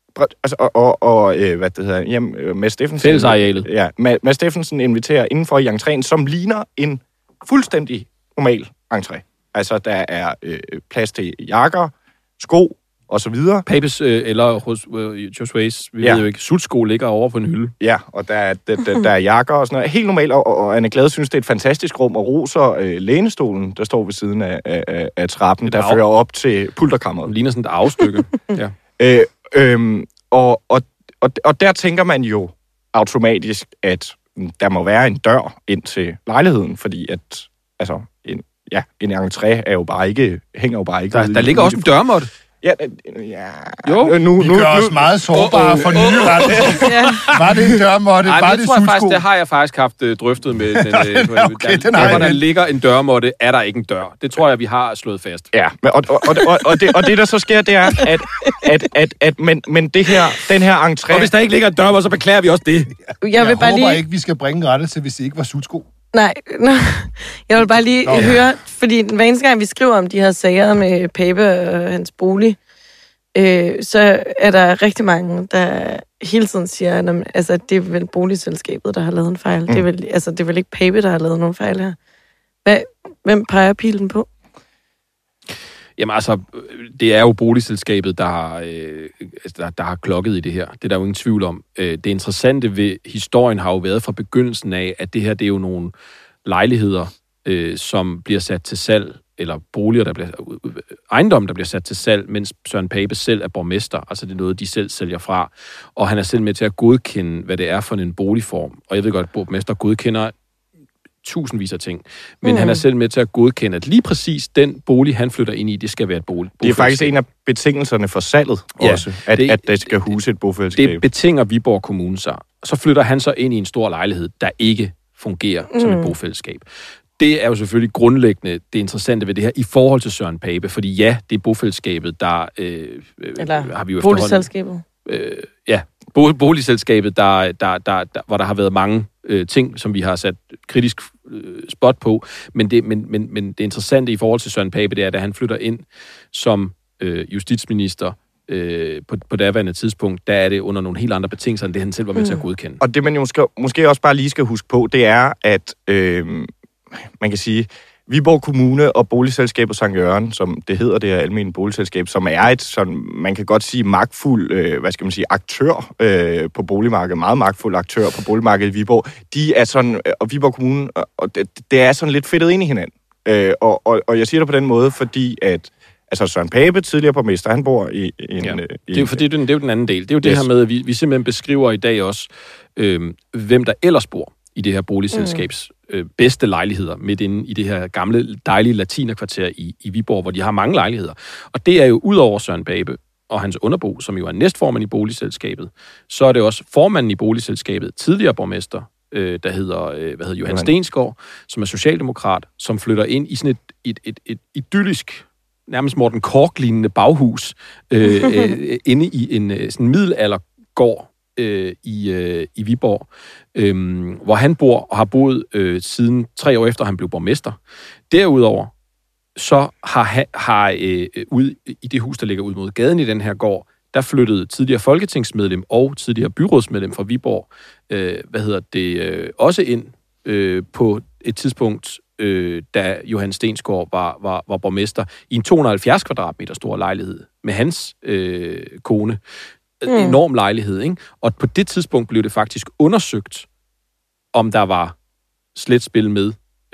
Altså, og, og, og øh, hvad det hedder, jamen, Mads Steffensen... Fællesarealet. Ja, Mads Steffensen inviterer indenfor i entréen, som ligner en fuldstændig normal entré. Altså, der er øh, plads til jakker, sko og så videre. Papes, øh, eller hos øh, Josue's, vi ja. ved jo ikke, sultsko ligger over på en hylde. Ja, og der er, der, der, der er jakker og sådan noget. Helt normalt, og, og Anne Glade synes, det er et fantastisk rum, og roser øh, lænestolen, der står ved siden af, af, af trappen, der af... fører op til pulterkammeret. Det ligner sådan et afstykke. ja. øh, øh, og, og, og, og der tænker man jo automatisk, at der må være en dør ind til lejligheden, fordi at, altså, en, ja, en entré er jo bare ikke, hænger jo bare ikke... Der, der ligger også en dørmåtte. Ja, ja. Jo, nu, nu, vi gør nu, os meget sårbare oh, oh, for nye oh, oh. retter. ja. Var det en dørmåtte? Ej, var det, det tror jeg faktisk, det har jeg faktisk haft uh, drøftet med den. Uh, okay, der, den der, hvor der ligger en dørmåtte, er der ikke en dør. Det tror jeg, vi har slået fast. Ja, men, og, og, og, og, det, og det, der så sker, det er, at, at, at, at men, men det her, den her entré... Og hvis der ikke ligger en dørmåtte, så beklager vi også det. Jeg, jeg vil bare håber lige... ikke, vi skal bringe rettelse, hvis det ikke var sutsko. Nej, no. jeg vil bare lige Nå, høre, ja. fordi hver eneste gang, vi skriver om de her sager med Pape og hans bolig, øh, så er der rigtig mange, der hele tiden siger, at altså, det er vel boligselskabet, der har lavet en fejl. Mm. Det, er vel, altså, det er vel ikke Pape, der har lavet nogen fejl her. Hvad, hvem peger pilen på? Jamen altså, det er jo boligselskabet, der har, øh, der, der har klokket i det her. Det er der jo ingen tvivl om. Øh, det interessante ved historien har jo været fra begyndelsen af, at det her, det er jo nogle lejligheder, øh, som bliver sat til salg, eller boliger, der bliver, ejendom, der bliver sat til salg, mens Søren Pape selv er borgmester. Altså det er noget, de selv sælger fra. Og han er selv med til at godkende, hvad det er for en boligform. Og jeg ved godt, at borgmester godkender tusindvis af ting. Men mm. han er selv med til at godkende, at lige præcis den bolig, han flytter ind i, det skal være et bolig. Det er faktisk en af betingelserne for salget ja, også, at det, at det skal huse et bofællesskab. Det betinger Viborg Kommune sig. Så flytter han så ind i en stor lejlighed, der ikke fungerer mm. som et bofællesskab. Det er jo selvfølgelig grundlæggende det interessante ved det her i forhold til Søren Pape, fordi ja, det er bofællesskabet, der øh, Eller har vi jo boligselskabet. Øh, ja, boligselskabet, der, der, der, der, hvor der har været mange øh, ting, som vi har sat kritisk øh, spot på. Men det, men, men, men det interessante i forhold til Søren Pape, det er, at han flytter ind som øh, justitsminister øh, på, på daværende tidspunkt, der er det under nogle helt andre betingelser, end det han selv var med mm. til at godkende. Og det, man jo måske, måske også bare lige skal huske på, det er, at øh, man kan sige, Viborg Kommune og boligselskabet Sankt Jørgen, som det hedder, det her almene boligselskab, som er et sådan, man kan godt sige, magtfuld, øh, hvad skal man sige, aktør øh, på boligmarkedet, meget magtfuld aktør på boligmarkedet i Viborg, de er sådan, og Viborg Kommune, og det, det er sådan lidt fedtet ind i hinanden. Øh, og, og, og jeg siger det på den måde, fordi at altså Søren Pape, tidligere borgmester, han bor i en... Ja. Øh, det er jo fordi, det er jo den anden del. Det er jo det yes. her med, at vi, vi simpelthen beskriver i dag også, øh, hvem der ellers bor i det her boligselskabs mm. øh, bedste lejligheder midt inde i det her gamle, dejlige latinerkvarter i, i Viborg, hvor de har mange lejligheder. Og det er jo ud over Søren Pape og hans underbo, som jo er næstformand i boligselskabet, så er det også formanden i boligselskabet, tidligere borgmester, øh, der hedder, øh, hvad hedder Johan Stensgaard, som er socialdemokrat, som flytter ind i sådan et, et, et, et idyllisk, nærmest Morten Korch-lignende baghus, øh, øh, inde i en sådan middelaldergård, I, øh, i Viborg, øh, hvor han bor og har boet øh, siden tre år efter, han blev borgmester. Derudover, så har, har øh, ud i det hus, der ligger ud mod gaden i den her gård, der flyttede tidligere folketingsmedlem og tidligere byrådsmedlem fra Viborg, øh, hvad hedder det, øh, også ind øh, på et tidspunkt, øh, da Johan Stensgaard var, var, var borgmester, i en to hundrede og halvfjerds kvadratmeter stor lejlighed med hans øh, kone. Mm. Enorm lejlighed, ikke? Og på det tidspunkt blev det faktisk undersøgt, om der var sletspil med.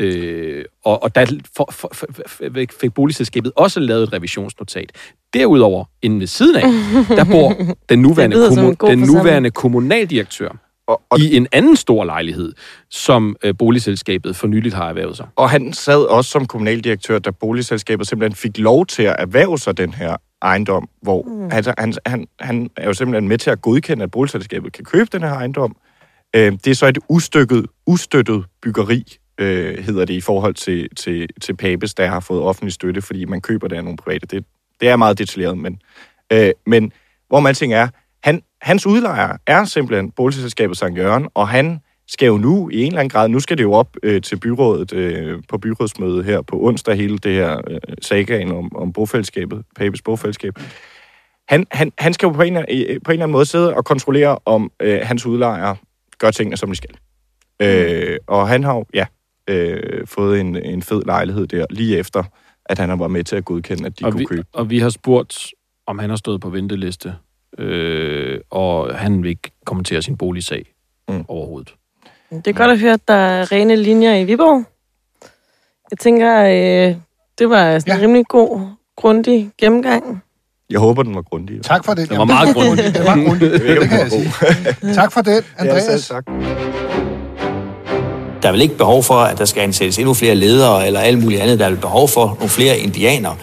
Øh, og, og der for, for, for, fik boligselskabet også lavet et revisionsnotat. Derudover, inden ved siden af, der bor den nuværende, kommun, den nuværende kommunaldirektør og, og, i en anden stor lejlighed, som øh, boligselskabet for nyligt har erhvervet sig. Og han sad også som kommunaldirektør, da boligselskabet simpelthen fik lov til at erhverve sig den her ejendom, hvor mm. han, han, han, han er jo simpelthen med til at godkende, at boligselskabet kan købe den her ejendom. Øh, det er så et ustykket, ustøttet byggeri, øh, hedder det, i forhold til, til, til Papes, der har fået offentlig støtte, fordi man køber det af nogle private. Det, det er meget detaljeret, men, øh, men hvor man tænker er, han, hans udlejer er simpelthen boligselskabet Sankt Jørgen, og han skal jo nu i en eller anden grad, nu skal det jo op øh, til byrådet, øh, på byrådsmødet her på onsdag, hele det her øh, sagaen om, om bofællesskabet, Papes bofællesskab. han, han, han skal jo på en, på en eller anden måde sidde og kontrollere, om øh, hans udlejere gør tingene, som de skal. Mm. Øh, og han har jo, ja, øh, fået en, en fed lejlighed der, lige efter, at han har været med til at godkende, at de og kunne vi, købe. Og vi har spurgt, om han har stået på venteliste, øh, og han vil ikke kommentere sin boligsag mm. overhovedet. Det er godt at høre, at der er rene linjer i Viborg. Jeg tænker, øh, det var sådan en ja. rimelig god, grundig gennemgang. Jeg håber, den var grundig. Tak for det. Det var meget grundig. Det var grundigt. Det kan jeg sige. Tak for det, Andreas. Ja, tak. Der er vel ikke behov for, at der skal ansættes endnu flere ledere, eller alt muligt andet. Der er vel behov for nogle flere indianere.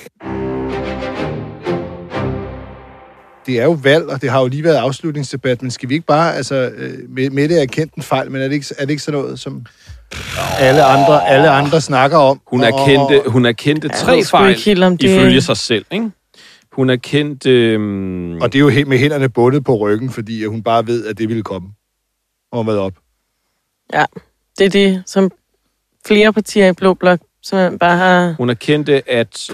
Det er jo valg, og det har jo lige været afslutningsdebat, men skal vi ikke bare, altså, med, med det er kendt en fejl, men er det ikke, er det ikke sådan noget, som alle andre, alle andre snakker om? Hun erkendte, hun erkendte tre ja, fejl, ifølge sig selv, ikke? Hun erkendte... Øhm... Og det er jo helt med hænderne bundet på ryggen, fordi hun bare ved, at det ville komme. Og hun været op. Ja, det er det, som flere partier i Blå Blok, som bare har... Hun erkendte, at,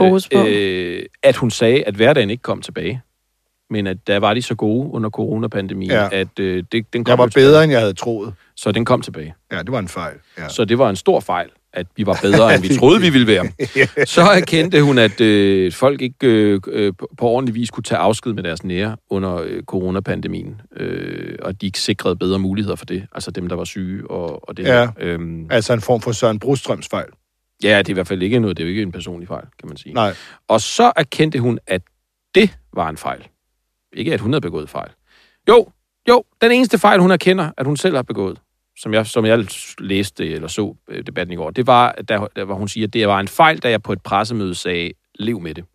øh, at hun sagde, at hverdagen ikke kom tilbage. Men at der var de så gode under coronapandemien, ja. at øh, det, den kom jeg var tilbage. bedre, end jeg havde troet. Så den kom tilbage. Ja, det var en fejl. Ja. Så det var en stor fejl, at vi var bedre, end vi troede, vi ville være. Så erkendte hun, at øh, folk ikke øh, på, på ordentlig vis kunne tage afsked med deres nære under øh, coronapandemien, øh, og de ikke sikrede bedre muligheder for det. Altså dem, der var syge og, og det. Ja, øhm, altså en form for Søren Brostrøms fejl. Ja, det er i hvert fald ikke noget, det er jo ikke en personlig fejl, kan man sige. Nej. Og så erkendte hun, at det var en fejl. Ikke, at hun havde begået fejl. Jo, jo, den eneste fejl, hun erkender, at hun selv har begået, som jeg, som jeg læste eller så debatten i går, det var, der, der hvor hun siger, at det var en fejl, da jeg på et pressemøde sagde, lev med det.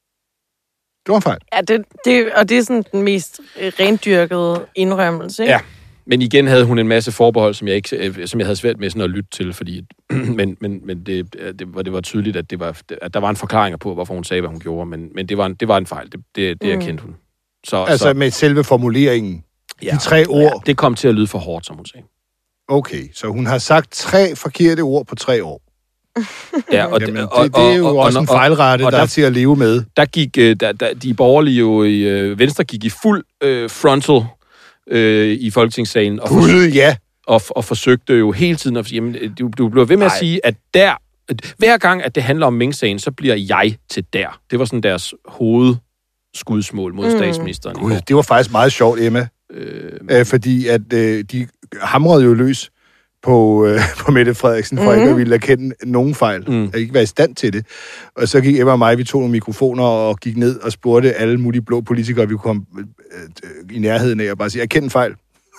Det var en fejl. Ja, det, det, og det er sådan den mest rendyrkede indrømmelse, ikke? Ja, men igen havde hun en masse forbehold, som jeg, ikke, som jeg havde svært med sådan at lytte til, fordi men, men, men det, det, var, det var tydeligt, at, det var, at der var en forklaring på, hvorfor hun sagde, hvad hun gjorde, men, men det, var en, det var en fejl. Det, det, det mm. erkendte hun. Så, altså så, med selve formuleringen. Ja, de tre ord. Ja, det kom til at lyde for hårdt, som hun sagde. Okay, så hun har sagt tre forkerte ord på tre år. Ja, og, Jamen, det, og, det er jo og, også og, en fejlrette, og der, der er til at leve med. Der gik der, der, de borgerlige jo i øh, Venstre gik i fuld øh, frontal øh, i Folketingssalen. Og, Gud, forsøg, ja. og, og forsøgte jo hele tiden at jamen, du, du bliver ved med Ej. at sige, at der, at hver gang, at det handler om Mink-sagen, så bliver jeg til der. Det var sådan deres hovedskudsmål mod mm. statsministeren. Gud, det var faktisk meget sjovt, Emma. Øh, øh, fordi at øh, de hamrede jo løs på, øh, på Mette Frederiksen, for mm. ikke at ville erkende nogen fejl, mm. at ikke være i stand til det. Og så gik Emma og mig, vi tog nogle mikrofoner og gik ned og spurgte alle mulige blå politikere, vi kunne komme øh, i nærheden af, og bare sige, erkend fejl.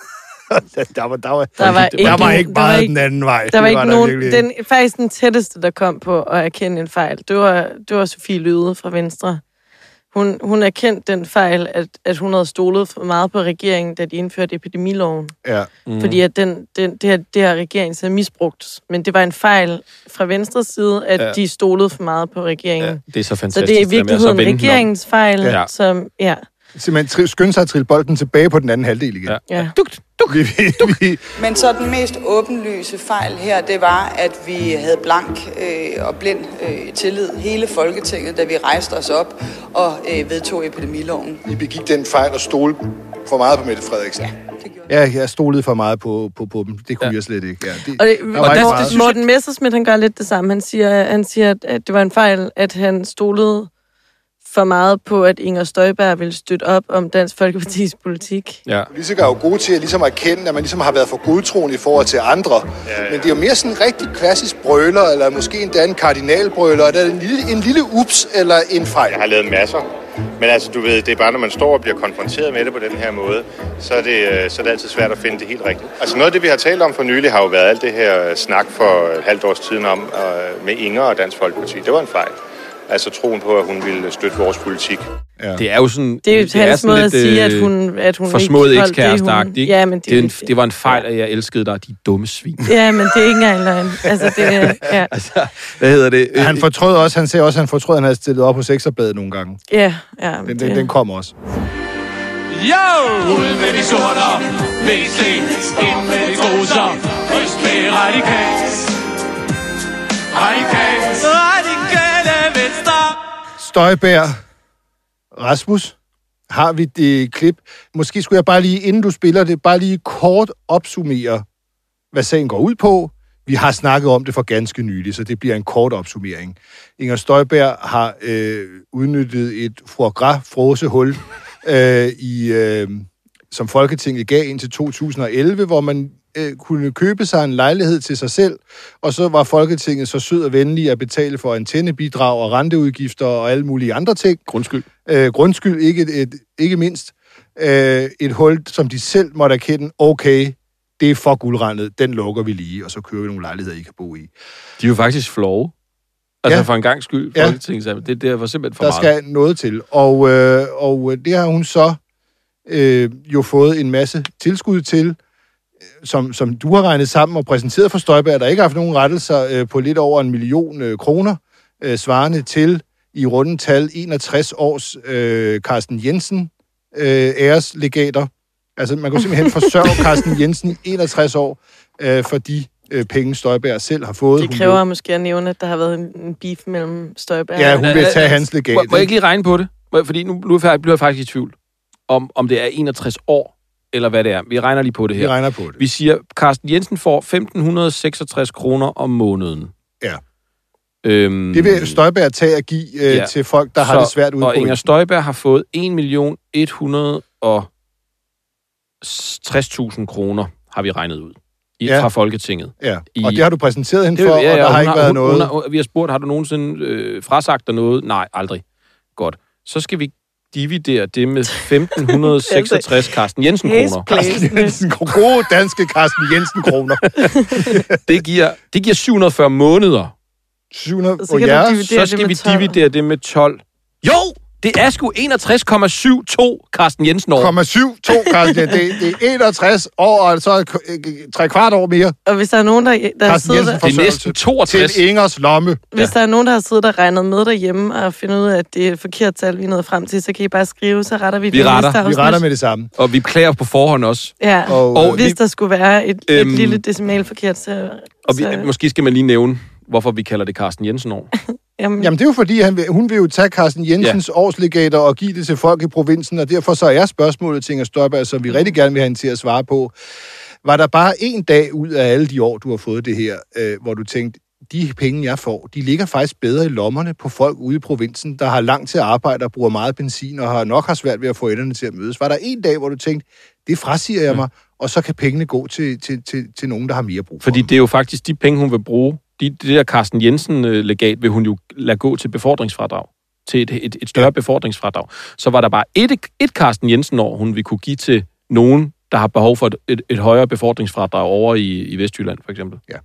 der var, der var, der var, der ikke, var ikke meget der var ikke, den anden vej. Der var, ikke var nogen, der den, faktisk den tætteste, der kom på at erkende en fejl, det var, det var Sofie Løhde fra Venstre. Hun, hun erkendte den fejl, at, at hun havde stolet for meget på regeringen, da de indførte epidemiloven. Ja. Mm. Fordi at den, den, det, her, det her regering så misbrugt. Men det var en fejl fra Venstres side, at ja. de stolede for meget på regeringen. Ja, det er så fantastisk. Så det er i virkeligheden regeringens fejl, ja. som... Ja. Simpelthen skynde sig at trille bolden tilbage på den anden halvdel igen. Ja. Ja. Dukt, dukt, dukt. Men så den mest åbenlyse fejl her, det var, at vi havde blank øh, og blind øh, tillid hele Folketinget, da vi rejste os op og øh, vedtog epidemiloven. I begik den fejl og stole for meget på Mette Frederiksen. Ja, det gjorde Ja, jeg stolede for meget på, på, på dem. Det kunne ja. jeg slet ikke. Ja, det, og det, der og der, det Morten Messerschmidt, han gør lidt det samme. Han siger, han siger at, at det var en fejl, at han stolede for meget på, at Inger Støjberg ville støtte op om Dansk Folkepartis politik. Ja. Politikere er jo gode til at, ligesom at erkende, at man ligesom har været for godtroende i forhold til andre. Ja, ja. Men det er jo mere sådan en rigtig klassisk brøler, eller måske endda en kardinalbrøler. Er det en lille, en lille ups eller en fejl? Jeg har lavet masser. Men altså, du ved, det er bare, når man står og bliver konfronteret med det på den her måde, så er det, så er det altid svært at finde det helt rigtigt. Altså noget af det, vi har talt om for nylig, har jo været alt det her snak for et halvt års tid om uh, med Inger og Dansk Folkeparti. Det var en fejl. Altså troen på, at hun ville støtte vores politik. Ja. Det er jo sådan... Det er jo hans sådan måde lidt, at sige, at hun, at hun forsmået ikke ekskæreste-agtigt, ikke? Ja, men det, det, en, det var en fejl, at jeg elskede dig, de dumme svin. Ja, men det er ikke engang løgn. Altså, det er... Ja. Altså, hvad hedder det? Han fortrød også, han sagde også, han fortrød, at han havde stillet op på Ekstrabladet nogle gange. Ja, ja. Den, den, den kom også. Yo! Ud med de sorter, V C, ind med de gruser, øst med radikalt. Radikalt. Radikale Venstre. Støjberg, Rasmus, har vi det klip. Måske skulle jeg bare lige, inden du spiller det, bare lige kort opsummere, hvad sagen går ud på. Vi har snakket om det for ganske nylig, så det bliver en kort opsummering. Inger Støjberg har øh, udnyttet et foie gras frosehul øh, i, øh, som Folketinget gav indtil to tusind og elleve, hvor man øh, kunne købe sig en lejlighed til sig selv, og så var Folketinget så sød og venlig at betale for antennebidrag og renteudgifter og alle mulige andre ting. Grundskyld. Øh, grundskyld, ikke, et, ikke mindst. Øh, et hul, som de selv måtte erkende, okay, det er for guldrandet, den lukker vi lige, og så kører vi nogle lejligheder, I kan bo i. De er jo faktisk flove. Altså ja. for en gang skyld, ja. Folketinget, det, det var simpelthen for der meget. Der skal noget til, og, øh, og det har hun så øh, jo fået en masse tilskud til, som, som du har regnet sammen og præsenteret for Støjberg, der ikke har haft nogen rettelser øh, på lidt over en million øh, kroner, øh, svarende til i runde tal enogtres års øh, Carsten Jensen øh, æreslegater. Altså, man kan simpelthen forsørge Carsten Jensen i enogtres år øh, for de øh, penge, Støjberg selv har fået. Det kræver hun måske at nævne, at der har været en beef mellem Støjberg. Ja, hun vil tage hans legat. Må, må jeg ikke lige regne på det? Fordi nu, nu bliver jeg faktisk i tvivl, om, om det er enogtres år, eller hvad det er. Vi regner lige på det her. Vi regner på det. Vi siger, Carsten Jensen får femten seksogtres kroner om måneden. Ja. Øhm, det vil Støjberg tage at give øh, ja. til folk, der så, har det svært ude på. Og Inger Støjberg har fået en million et hundrede og tres tusind kroner, har vi regnet ud. I, ja. Fra Folketinget. Ja, I, og det har du præsenteret hende det, for, ja, ja, og der har ikke har, været hun, noget... Hun har, vi har spurgt, har du nogensinde øh, frasagt dig noget? Nej, aldrig. Godt. Så skal vi dividere det med femten seksogtres Carsten Jensen kroner. Carsten Jensen kroner. Gode danske Carsten Jensen kroner. det, giver, det giver syv hundrede og fyrre måneder. syv hundrede, så, ja. så skal vi dividere det med tolv. Jo! Det er sgu enogtres komma syv to Carsten Jensen år. komma syv to Carsten Jensen. Det, det er enogtres år, og så tre kvart år mere. Og hvis der er nogen, der, der har siddet der... Det er næsten toogtres. Til Ingers lomme. Hvis ja. der er nogen, der har siddet og regnet med derhjemme og fundet ud af, at det er et forkert tal, vi er nået frem til, så kan I bare skrive, så retter vi, vi det retter. næste Vi retter med det samme. Og vi klager på forhånd også. Ja, og, og hvis vi, der skulle være et, øhm, et lille decimal forkert, så... Og vi, så... måske skal man lige nævne, hvorfor vi kalder det Carsten Jensen år. Jamen. Jamen, det er jo fordi, han vil, hun vil jo tage Carsten Jensens ja. årslegater og give det til folk i provinsen, og derfor så er spørgsmålet til Inger Støjberg, som vi rigtig gerne vil have hende til at svare på. Var der bare en dag ud af alle de år, du har fået det her, øh, hvor du tænkte, de penge, jeg får, de ligger faktisk bedre i lommerne på folk ude i provinsen, der har langt til at arbejde og bruger meget benzin og har nok har svært ved at få enderne til at mødes. Var der en dag, hvor du tænkte, det frasiger jeg mig, og så kan pengene gå til, til, til, til nogen, der har mere brug for Fordi dem. Det er jo faktisk de penge, hun vil bruge. De, det der Carsten Jensen-legat vil hun jo lade gå til befordringsfradrag. Til et, et, et større ja. befordringsfradrag. Så var der bare et, et Carsten Jensen-år, hun vil kunne give til nogen, der har behov for et, et, et højere befordringsfradrag over i, i Vestjylland, for eksempel. Ja.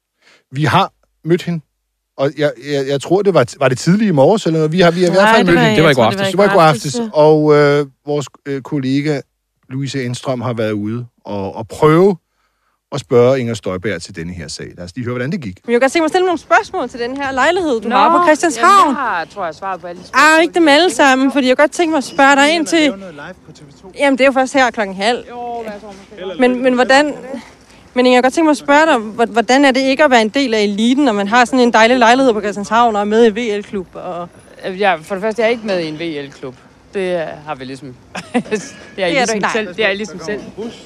Vi har mødt hende, og jeg, jeg, jeg tror, det var, var det tidlige i morges, eller noget? Vi har, vi har i hvert fald mødt hende. Det var i går aftes. Det var i går aftes, og øh, vores øh, kollega Louise Enstrøm har været ude og, og prøve og spørge Inger Støjberg til denne her sag. Lad os lige høre, hvordan det gik. Men jeg kan se mig stille nogle spørgsmål til den her lejlighed, du Nå, har på Christianshavn. Jamen, jeg har, tror jeg, svaret på alle spørgsmål. Ah, ikke dem alle sammen, fordi jeg godt tænke mig at spørge dig ind til... Jamen, det er jo først her klokken halv. Jo, hvad så? Men, men hvordan... Men jeg kan godt tænke mig at spørge dig, hvordan er det ikke at være en del af eliten, når man har sådan en dejlig lejlighed på Christianshavn og er med i V L-klub? Og... Ja, for det første, jeg er ikke med i en V L-klub. Det har vi ligesom... det er, det er ligesom selv. Det er ligesom selv.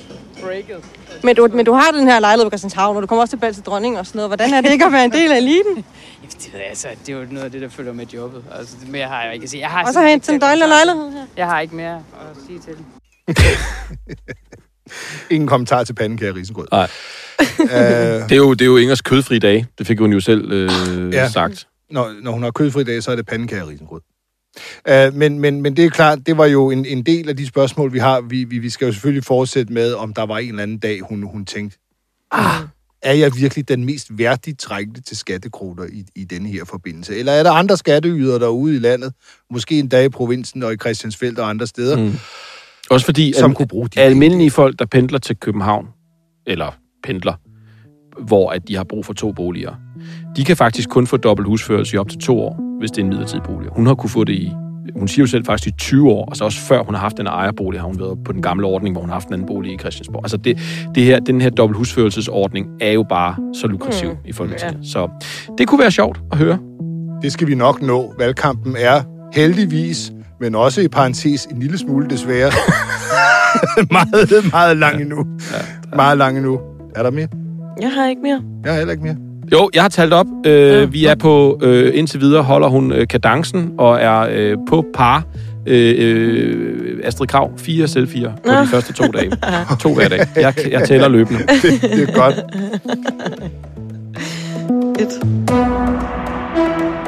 Men du, men du har den her lejlighed på Christianshavn, og du kommer også til Bal til Dronning og sådan noget. Hvordan er det ikke at være en del af eliten? Jamen, det, altså, det er jo noget af det, der følger med jobbet. Altså, mere har jeg ikke at sige. Jeg har og så har en dejlig lejlighed her. Jeg har ikke mere at sige til den. Ingen kommentar til pandekage risengrød. Nej. det, er jo, det er jo Ingers kødfri dag. Det fik hun jo selv øh, ja. sagt. Når, når hun har kødfri dag, så er det pandekage risengrød. Uh, men, men, men det er klart, det var jo en, en del af de spørgsmål, vi har. Vi, vi, vi skal jo selvfølgelig fortsætte med, om der var en eller anden dag, hun, hun tænkte, ah, er jeg virkelig den mest værdigt trængte til skattekroner i, i denne her forbindelse? Eller er der andre skatteydere derude i landet, måske endda i provinsen og i Christiansfeld og andre steder, mm. også fordi som al- kunne bruge de almindelige folk, der pendler til København, eller pendler, hvor at de har brug for to boliger, de kan faktisk kun få dobbelt husførelse i op til to år, hvis det er en midlertidig bolig. Hun har kunne få det i, hun siger jo selv faktisk i tyve år, altså også før hun har haft en ejerbolig, har hun været på den gamle ordning, hvor hun har haft en anden bolig i Christiansborg. Altså det, det her, den her dobbelt husførelsesordning er jo bare så lukrativ mm. i Folketinget. Ja. Så det kunne være sjovt at høre. Det skal vi nok nå. Valgkampen er heldigvis Men også i parentes en lille smule, desværre. meget, meget lang endnu. Ja, meget lang endnu. Er der mere? Jeg har ikke mere. Jeg har heller ikke mere. Jo, jeg har talt op. Øh, ja. Vi er på, øh, indtil videre holder hun øh, kadencen, og er øh, på par. Øh, øh, Astrid Krag, fire selfier på ja. de første to dage. To hver dag. Jeg, jeg tæller løbende. det, det er godt. Et.